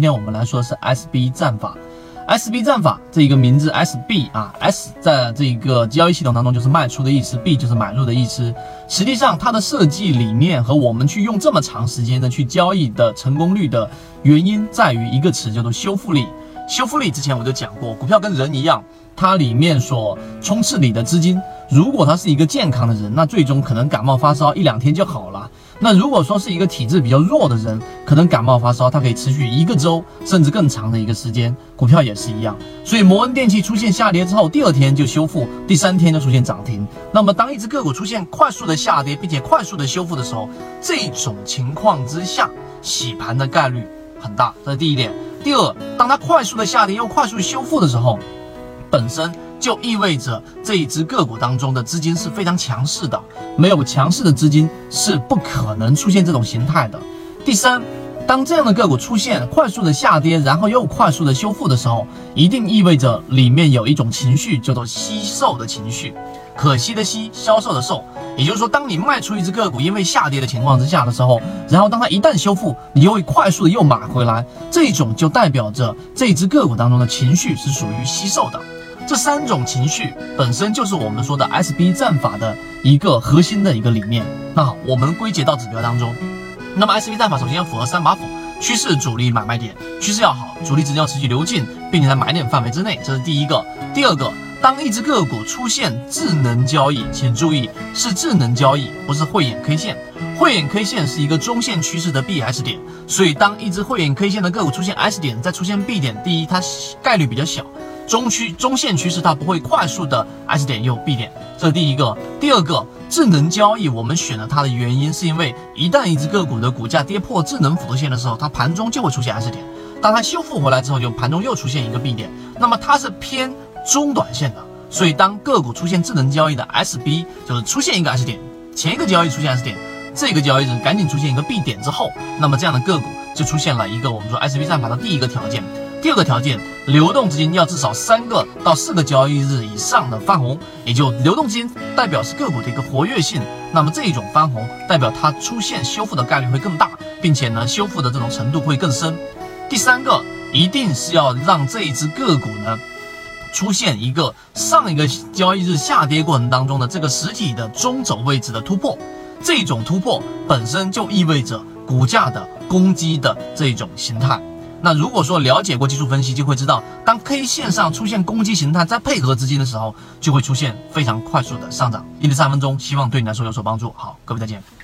今天我们来说的是 SB 战法。SB 战法这一个名字 SB 啊 ，S 在这个交易系统当中就是卖出的意思 ，B 就是买入的意思。实际上它的设计理念和我们去用这么长时间的去交易的成功率的原因在于一个词叫做修复力。修复力之前我就讲过，股票跟人一样，它里面所充斥你的资金，如果他是一个健康的人，那最终可能感冒发烧1-2天就好了。那如果说是一个体质比较弱的人，可能感冒发烧它可以持续1个周甚至更长的一个时间，股票也是一样。所以摩恩电器出现下跌之后，第2天就修复，第3天就出现涨停。那么当一只个股出现快速的下跌并且快速的修复的时候，这种情况之下洗盘的概率很大，这是第一点。第二，当它快速的下跌又快速修复的时候，本身就意味着这一只个股当中的资金是非常强势的，没有强势的资金是不可能出现这种形态的。第三，当这样的个股出现快速的下跌，然后又快速的修复的时候，一定意味着里面有一种情绪叫做惜售的情绪，可惜的惜，销售的售。也就是说，当你卖出一只个股因为下跌的情况之下的时候，然后当它一旦修复，你又会快速的又买回来，这种就代表着这只个股当中的情绪是属于惜售的。这3种情绪本身就是我们说的 SB 战法的一个核心的一个理念。那好，我们归结到指标当中，那么 SB 战法首先要符合3把斧：趋势、主力、买卖点。趋势要好，主力资金要持续流进，并且在买点范围之内，这是第一个。第二个，当一只个股出现智能交易，请注意是智能交易，不是慧眼 K 线。慧眼 K 线是一个中线趋势的 BS 点，所以当一只慧眼 K 线的个股出现 S 点，再出现 B 点，第一，它概率比较小。中线趋势它不会快速的 S 点又 B 点，这是第一个。第二个，智能交易我们选了它的原因是因为一旦一只个股的股价跌破智能辅助线的时候，它盘中就会出现 S 点，当它修复回来之后，就盘中又出现一个 B 点，那么它是偏中短线的，所以当个股出现智能交易的 SB， 就是出现一个 S 点，前一个交易出现 S 点，这个交易日赶紧出现一个 B 点之后，那么这样的个股就出现了一个我们说 SB 战法的第一个条件。第二个条件，流动资金要至少3个到4个交易日以上的翻红，也就流动资金代表是个股的一个活跃性，那么这一种翻红代表它出现修复的概率会更大，并且呢修复的这种程度会更深。第3个，一定是要让这一只个股呢出现一个上一个交易日下跌过程当中的这个实体的中轴位置的突破，这种突破本身就意味着股价的攻击的这种形态。那如果说了解过技术分析，就会知道，当 K 线上出现攻击形态，再配合资金的时候，就会出现非常快速的上涨。1.3分钟，希望对你来说有所帮助。好，各位再见。